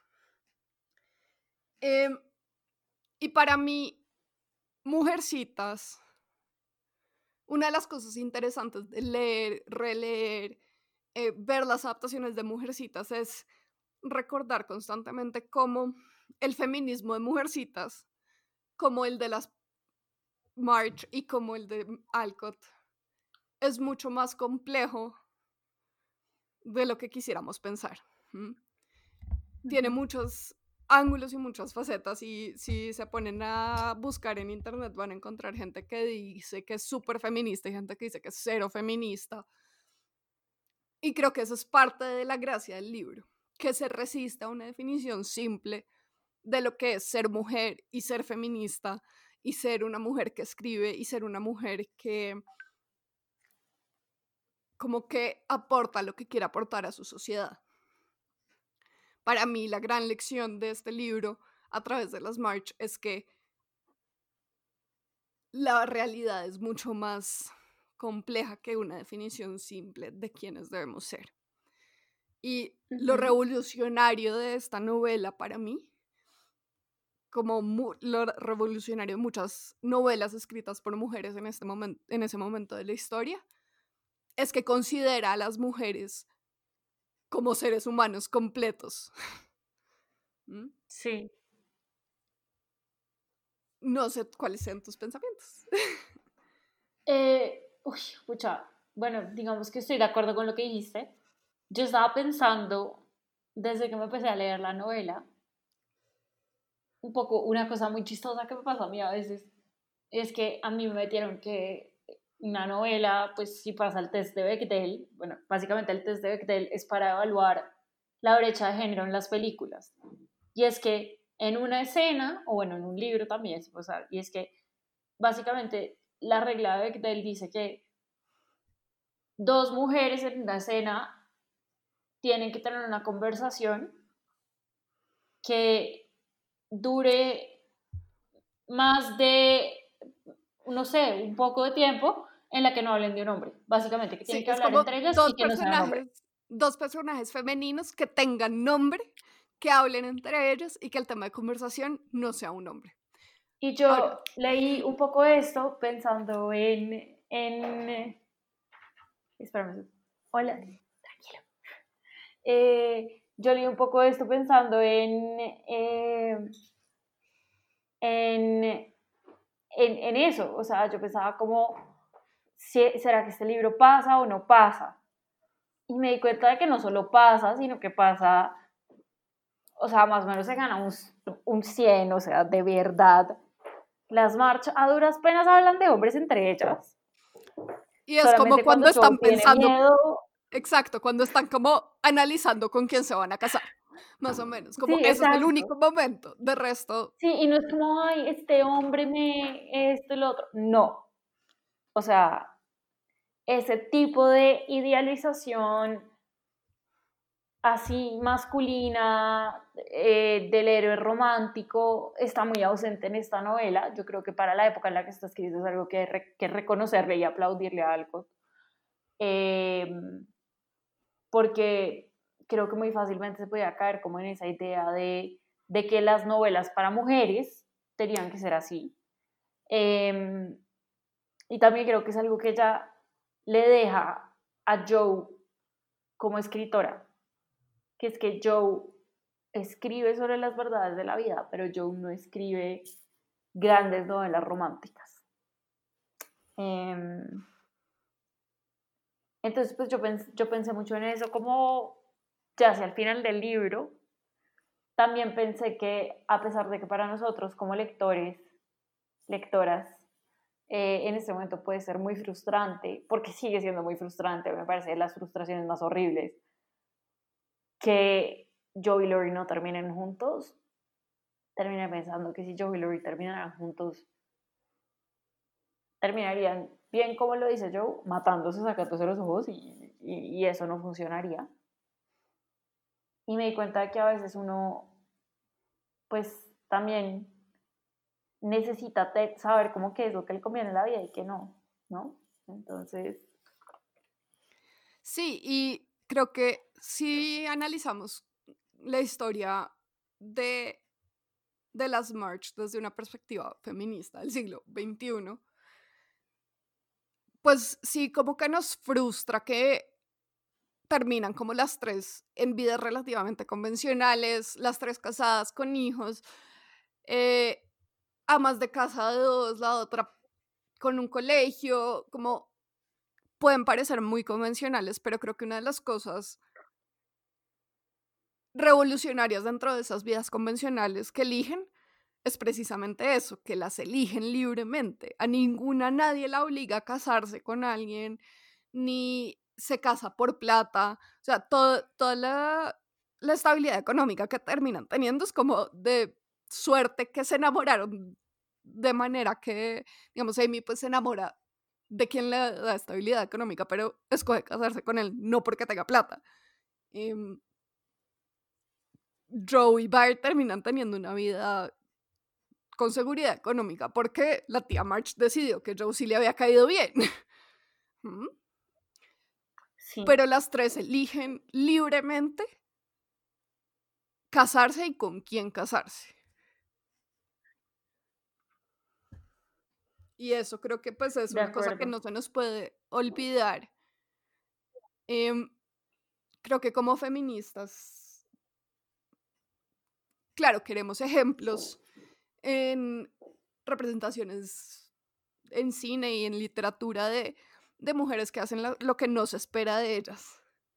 Eh, y para mí, Mujercitas, una de las cosas interesantes de leer, releer, eh, ver las adaptaciones de Mujercitas es recordar constantemente cómo el feminismo de Mujercitas, como el de las March y como el de Alcott, es mucho más complejo de lo que quisiéramos pensar. ¿Mm? Tiene muchos ángulos y muchas facetas, y si se ponen a buscar en internet van a encontrar gente que dice que es súper feminista y gente que dice que es cero feminista. Y creo que eso es parte de la gracia del libro, que se resiste a una definición simple de lo que es ser mujer y ser feminista y ser una mujer que escribe y ser una mujer que como que aporta lo que quiere aportar a su sociedad. Para mí, la gran lección de este libro a través de las March es que la realidad es mucho más compleja que una definición simple de quiénes debemos ser. Y uh-huh. Lo revolucionario de esta novela para mí, como mu- lo revolucionario de muchas novelas escritas por mujeres en, este momento, en ese momento de la historia, es que considera a las mujeres como seres humanos completos. ¿Mm? Sí. No sé cuáles sean tus pensamientos. eh, uy, pucha, bueno, digamos que estoy de acuerdo con lo que dijiste. Yo estaba pensando, desde que me empecé a leer la novela, un poco una cosa muy chistosa que me pasa a mí a veces, es que a mí me metieron que una novela, pues si pasa el test de Bechdel, bueno, básicamente el test de Bechdel es para evaluar la brecha de género en las películas. Y es que en una escena, o bueno, en un libro también, o sea, y es que básicamente la regla de Bechdel dice que dos mujeres en una escena tienen que tener una conversación que dure más de, no sé, un poco de tiempo en la que no hablen de un hombre. Básicamente, que tienen Sí, que es hablar como entre ellas dos y que no sean hombres. personajes, dos personajes femeninos que tengan nombre, que hablen entre ellos y que el tema de conversación no sea un hombre. Y yo Ahora, leí un poco esto pensando en... en espérame. Hola, tranquilo. Eh, yo leí un poco esto pensando en... Eh, en, en, en eso. O sea, yo pensaba como, ¿será que este libro pasa o no pasa? Y me di cuenta de que no solo pasa, sino que pasa, o sea, más o menos se gana un, un cien, o sea, de verdad. Las marchas a duras penas hablan de hombres entre ellas. Y es como Solamente cuando cuando Joe están tiene pensando, miedo. exacto, cuando están como analizando con quién se van a casar, más o menos, como Sí, eso es el exacto. único momento, de resto, Sí, y no es como, ay, este hombre me, esto y lo otro. No. O sea, ese tipo de idealización así masculina eh, del héroe romántico está muy ausente en esta novela. Yo creo que para la época en la que está escrito es algo que, re, que reconocerle y aplaudirle a algo. Eh, porque creo que muy fácilmente se podía caer como en esa idea de, de que las novelas para mujeres tenían que ser así. Eh, y también creo que es algo que ella le deja a Joe como escritora, que es que Joe escribe sobre las verdades de la vida, pero Joe no escribe grandes novelas románticas. Eh, entonces, pues yo, pens yo pensé mucho en eso, como ya hacia el final del libro. También pensé que, a pesar de que para nosotros como lectores, lectoras, eh, en este momento puede ser muy frustrante, porque sigue siendo muy frustrante, me parece de las frustraciones más horribles, que Joe y Laurie no terminen juntos. Terminé pensando que si Joe y Laurie terminaran juntos, terminarían bien como lo dice Joe, matándose, sacándose los ojos y, y, y eso no funcionaría. Y me di cuenta de que a veces uno, pues también necesita saber cómo qué es lo que le conviene en la vida y qué no, ¿no? Entonces... sí, y creo que si analizamos la historia de, de las March desde una perspectiva feminista del siglo veintiuno, pues sí, como que nos frustra que terminan como las tres en vidas relativamente convencionales, las tres casadas con hijos, eh, amas de casa de dos, la otra con un colegio, como pueden parecer muy convencionales, pero creo que una de las cosas revolucionarias dentro de esas vidas convencionales que eligen es precisamente eso, que las eligen libremente. A ninguna nadie la obliga a casarse con alguien, ni se casa por plata. O sea, todo, toda la, la estabilidad económica que terminan teniendo es como de suerte que se enamoraron de manera que, digamos, Amy pues se enamora de quien le da estabilidad económica, pero escoge casarse con él no porque tenga plata. Um, Joe y Bart terminan teniendo una vida con seguridad económica, porque la tía March decidió que Joe sí le había caído bien. ¿Mm? Sí, Pero las tres eligen libremente casarse y con quién casarse. Y eso creo que pues es de una cosa que acuerdo. no se nos puede olvidar. Eh, creo que como feministas, claro, queremos ejemplos en representaciones en cine y en literatura de, de mujeres que hacen lo, lo que no se espera de ellas.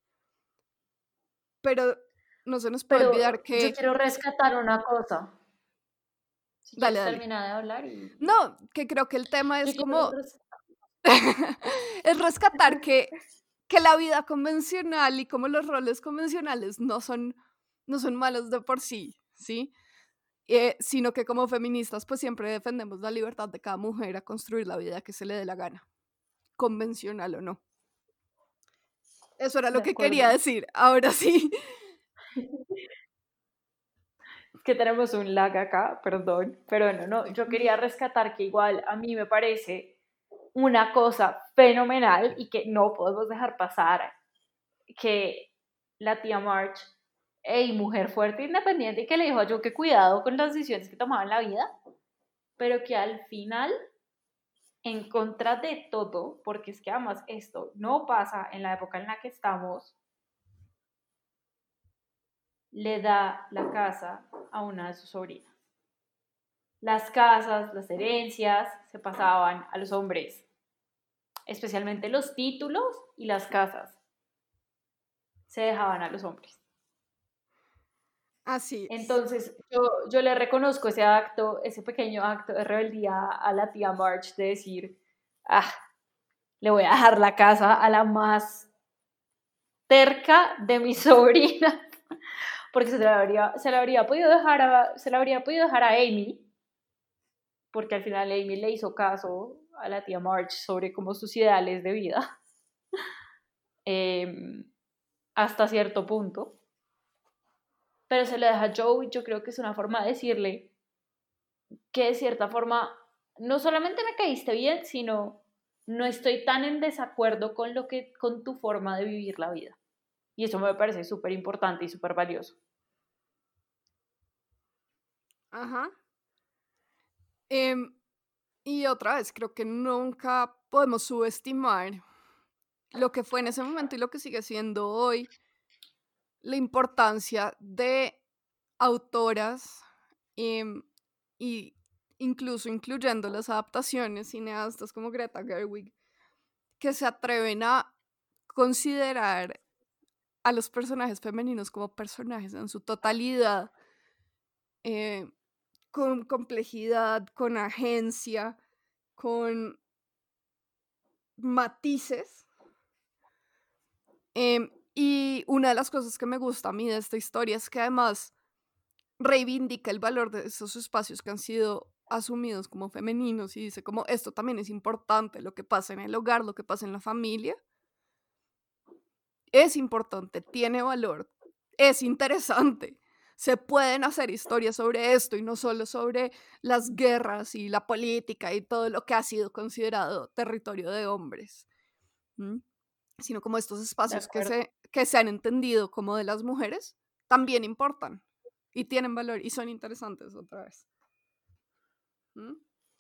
Pero no se nos puede Pero olvidar yo que... quiero rescatar una cosa. Si Dale, quieres dale. terminar de hablar y... No, que creo que el tema Yo es quiero como... rescatar. es rescatar que, que la vida convencional y como los roles convencionales no son, no son malos de por sí, ¿sí? Eh, sino que como feministas pues siempre defendemos la libertad de cada mujer a construir la vida que se le dé la gana, convencional o no. Eso era lo De que quería acuerdo. decir. Ahora sí. Es que tenemos un lag acá, perdón, pero bueno, no, Sí. yo quería rescatar que igual a mí me parece una cosa fenomenal y que no podemos dejar pasar, que la tía March, hey, mujer fuerte e independiente, y que le dijo a Joe que cuidado con las decisiones que tomaba en la vida, pero que al final, en contra de todo, porque es que además esto no pasa en la época en la que estamos, le da la casa a una de sus sobrinas. Las casas, las herencias se pasaban a los hombres, especialmente los títulos y las casas se dejaban a los hombres. Así es. Entonces yo, yo le reconozco ese acto, ese pequeño acto de rebeldía a la tía March de decir, ah, le voy a dejar la casa a la más terca de mis sobrinas, porque se la habría, se la habría podido dejar a, se la habría podido dejar a Amy, porque al final Amy le hizo caso a la tía Marge sobre como sus ideales de vida, eh, hasta cierto punto, pero se le deja a Joe y yo creo que es una forma de decirle que de cierta forma no solamente me caíste bien, sino no estoy tan en desacuerdo con, lo que, con tu forma de vivir la vida. Y eso me parece súper importante y súper valioso. Ajá. Eh, y otra vez, creo que nunca podemos subestimar lo que fue en ese momento y lo que sigue siendo hoy, la importancia de autoras eh, y incluso incluyendo las adaptaciones, cineastas como Greta Gerwig, que se atreven a considerar a los personajes femeninos como personajes en su totalidad, eh, con complejidad, con agencia, con matices. Eh, y una de las cosas que me gusta a mí de esta historia es que además reivindica el valor de esos espacios que han sido asumidos como femeninos y dice como esto también es importante, lo que pasa en el hogar, lo que pasa en la familia, es importante, tiene valor, es interesante. Se pueden hacer historias sobre esto y no solo sobre las guerras y la política y todo lo que ha sido considerado territorio de hombres, ¿m? Sino como estos De espacios que acuerdo. se, que se han entendido como de las mujeres también importan y tienen valor y son interesantes otra vez. ¿M?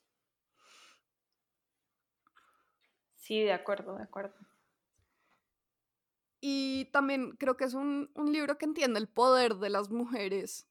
Sí, de acuerdo, de acuerdo. Y también creo que es un, un libro que entiende el poder de las mujeres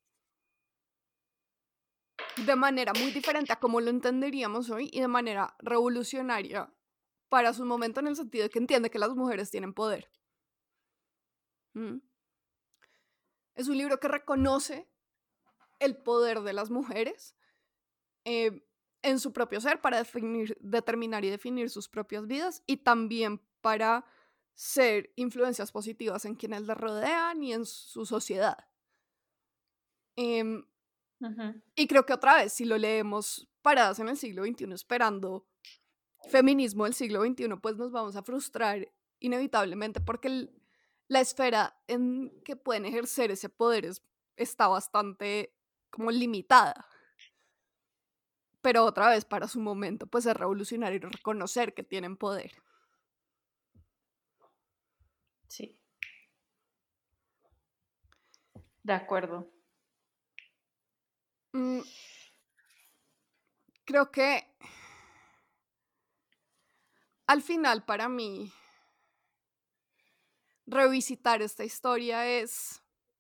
de manera muy diferente a como lo entenderíamos hoy y de manera revolucionaria para su momento en el sentido de que entiende que las mujeres tienen poder. ¿Mm? Es un libro que reconoce el poder de las mujeres eh, en su propio ser para definir, determinar y definir sus propias vidas y también para ser influencias positivas en quienes las rodean y en su sociedad. Eh, Uh-huh. y creo que otra vez, si lo leemos paradas en el siglo veintiuno esperando feminismo del siglo veintiuno, pues nos vamos a frustrar inevitablemente porque el, la esfera en que pueden ejercer ese poder es, está bastante como limitada. Pero otra vez, para su momento, pues es revolucionario reconocer que tienen poder. Sí. De acuerdo. Mm, creo que al final, para mí, revisitar esta historia es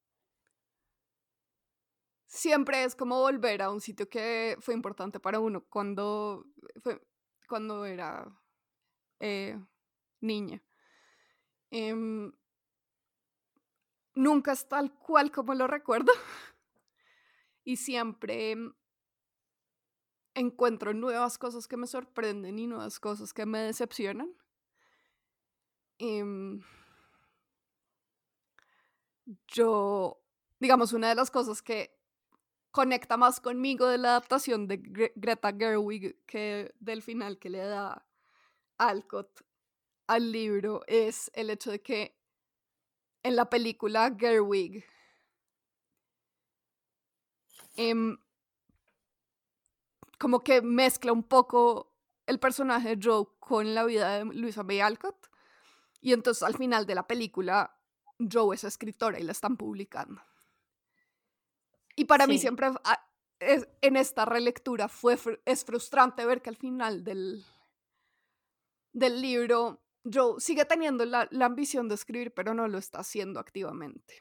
siempre es como volver a un sitio que fue importante para uno cuando, fue, cuando era eh, niña. Em, nunca es tal cual como lo recuerdo y siempre encuentro nuevas cosas que me sorprenden y nuevas cosas que me decepcionan. Em, yo, digamos, una de las cosas que conecta más conmigo de la adaptación de Gre- Greta Gerwig que del final que le da Alcott al libro es el hecho de que en la película Gerwig em, como que mezcla un poco el personaje de Joe con la vida de Louisa May Alcott y entonces al final de la película Joe es escritora y la están publicando. Y para mí Sí. siempre ah, es, en esta relectura fue, fr- es frustrante ver que al final del, del libro Joe sigue teniendo la, la ambición de escribir, pero no lo está haciendo activamente.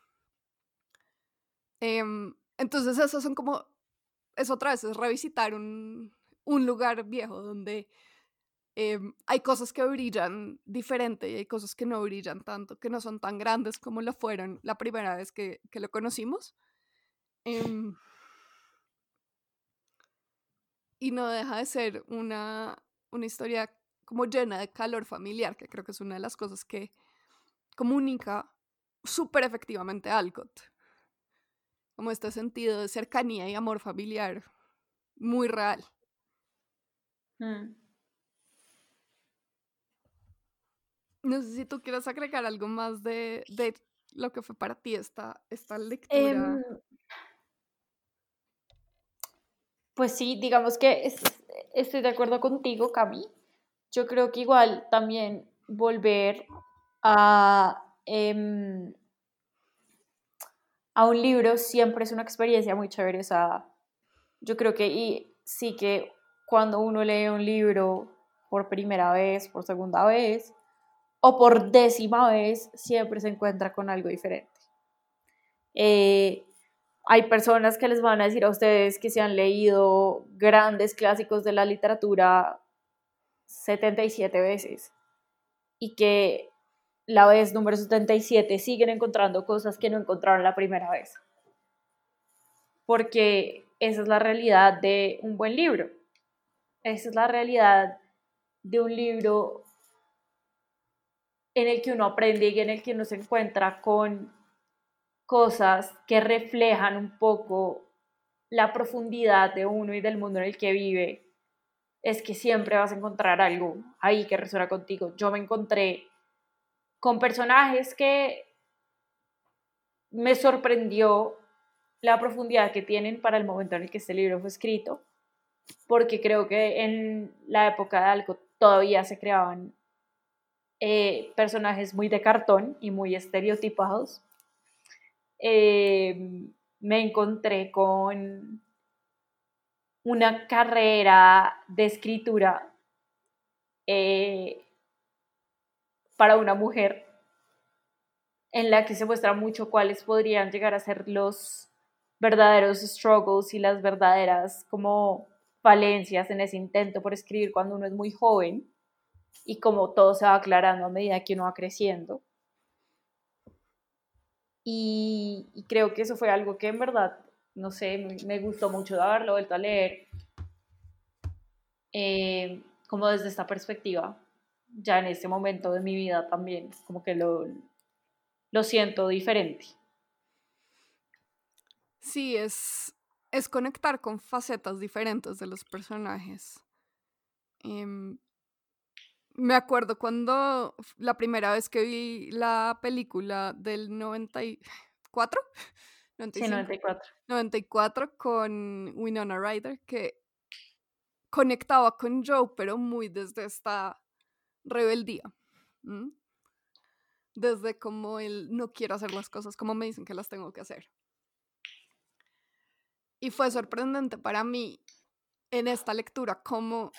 Em, entonces esas son como, es otra vez, es revisitar un, un lugar viejo donde em, hay cosas que brillan diferente y hay cosas que no brillan tanto, que no son tan grandes como lo fueron la primera vez que, que lo conocimos. Em, y no deja de ser una, una historia como llena de calor familiar, que creo que es una de las cosas que comunica súper efectivamente a Alcott. Como este sentido de cercanía y amor familiar muy real. Mm. No sé si tú quieres agregar algo más de, de lo que fue para ti esta, esta lectura. Em, pues sí, digamos que es- estoy de acuerdo contigo, Cami. Yo creo que igual también volver a, em, a un libro siempre es una experiencia muy chévere. O sea, yo creo que y sí que cuando uno lee un libro por primera vez, por segunda vez o por décima vez, siempre se encuentra con algo diferente. Eh, hay personas que les van a decir a ustedes que se han leído grandes clásicos de la literatura setenta y siete veces y que la vez número setenta y siete siguen encontrando cosas que no encontraron la primera vez. Porque esa es la realidad de un buen libro. Esa es la realidad de un libro en el que uno aprende y en el que uno se encuentra con cosas que reflejan un poco la profundidad de uno y del mundo en el que vive. Es que siempre vas a encontrar algo ahí que resuena contigo. Yo me encontré con personajes que me sorprendió la profundidad que tienen para el momento en el que este libro fue escrito, porque creo que en la época de Alcott todavía se creaban eh, personajes muy de cartón y muy estereotipados. Eh, me encontré con una carrera de escritura eh, para una mujer en la que se muestra mucho cuáles podrían llegar a ser los verdaderos struggles y las verdaderas como falencias en ese intento por escribir cuando uno es muy joven y como todo se va aclarando a medida que uno va creciendo. Y, y creo que eso fue algo que en verdad, no sé, me, me gustó mucho de haberlo vuelto a leer, eh, como desde esta perspectiva, ya en este momento de mi vida también, como que lo, lo siento diferente. Sí, es, es conectar con facetas diferentes de los personajes. Em, me acuerdo cuando f- la primera vez que vi la película del noventa y cuatro, noventa y Sí, cinco, noventa y cuatro. noventa y cuatro con Winona Ryder, que conectaba con Joe, pero muy desde esta rebeldía. ¿M? Desde como el no quiero hacer las cosas como me dicen que las tengo que hacer. Y fue sorprendente para mí en esta lectura cómo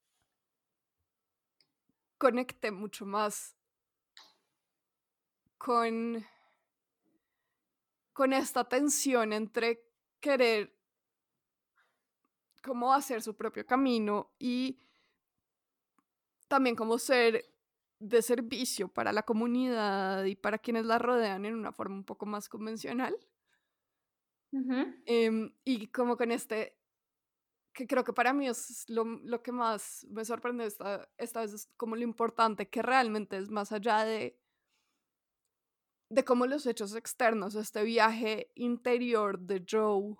conecté mucho más con, con esta tensión entre querer cómo hacer su propio camino y también como ser de servicio para la comunidad y para quienes la rodean en una forma un poco más convencional. Uh-huh. Em, y como con este, que creo que para mí es lo, lo que más me sorprende esta, esta vez, es como lo importante que realmente es más allá de, de cómo los hechos externos, este viaje interior de Joe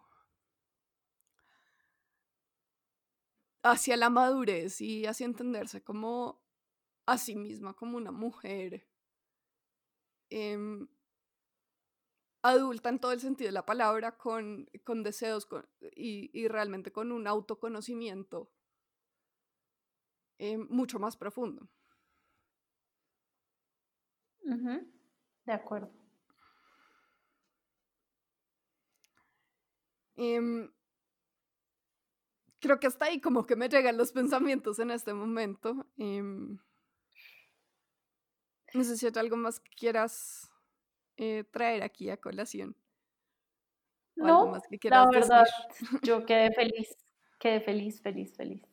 hacia la madurez y hacia entenderse como a sí misma, como una mujer em, adulta en todo el sentido de la palabra, con, con deseos con- y, y realmente con un autoconocimiento em, mucho más profundo. Uh-huh. De acuerdo. Em, creo que hasta ahí como que me llegan los pensamientos en este momento. Em, no sé si hay algo más que quieras eh, traer aquí a colación o algo No, más que la quieras verdad, decir. yo quedé feliz, quedé feliz, feliz, feliz.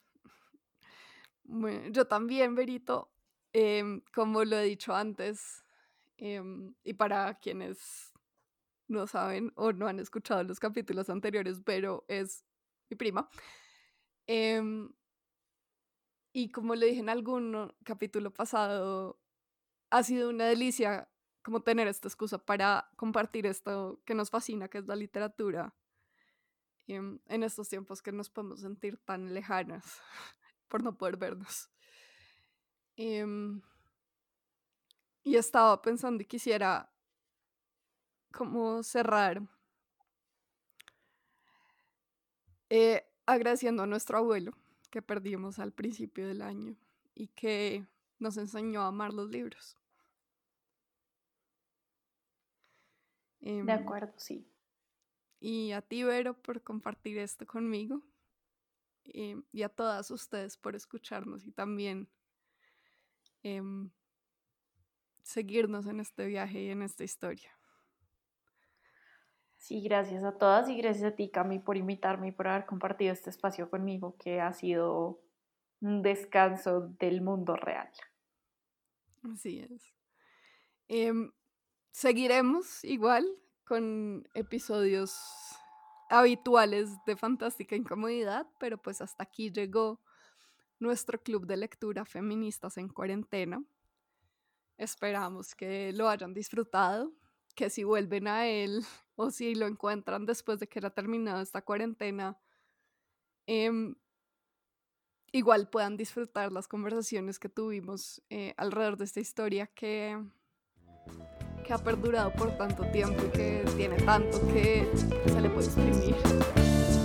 Bueno, yo también, Berito, em, como lo he dicho antes, em, y para quienes no saben o no han escuchado los capítulos anteriores, pero es mi prima. Em, Y como le dije en algún capítulo pasado, ha sido una delicia como tener esta excusa para compartir esto que nos fascina, que es la literatura, em, en estos tiempos que nos podemos sentir tan lejanas por no poder vernos. Em, y estaba pensando y quisiera como cerrar eh, agradeciendo a nuestro abuelo que perdimos al principio del año y que nos enseñó a amar los libros. De Em, acuerdo, sí. y a ti, Vero, por compartir esto conmigo. em, y a todas ustedes por escucharnos y también em, seguirnos en este viaje y en esta historia. Sí, gracias a todas y gracias a ti, Cami, por invitarme y por haber compartido este espacio conmigo, que ha sido un descanso del mundo real. Así es. Em, seguiremos igual con episodios habituales de Fantástica Incomodidad, pero pues hasta aquí llegó nuestro club de lectura Feministas en Cuarentena. Esperamos que lo hayan disfrutado, que si vuelven a él o si lo encuentran después de que haya terminado esta cuarentena, em, igual puedan disfrutar las conversaciones que tuvimos eh, alrededor de esta historia que, que ha perdurado por tanto tiempo y que tiene tanto que se le puede exprimir.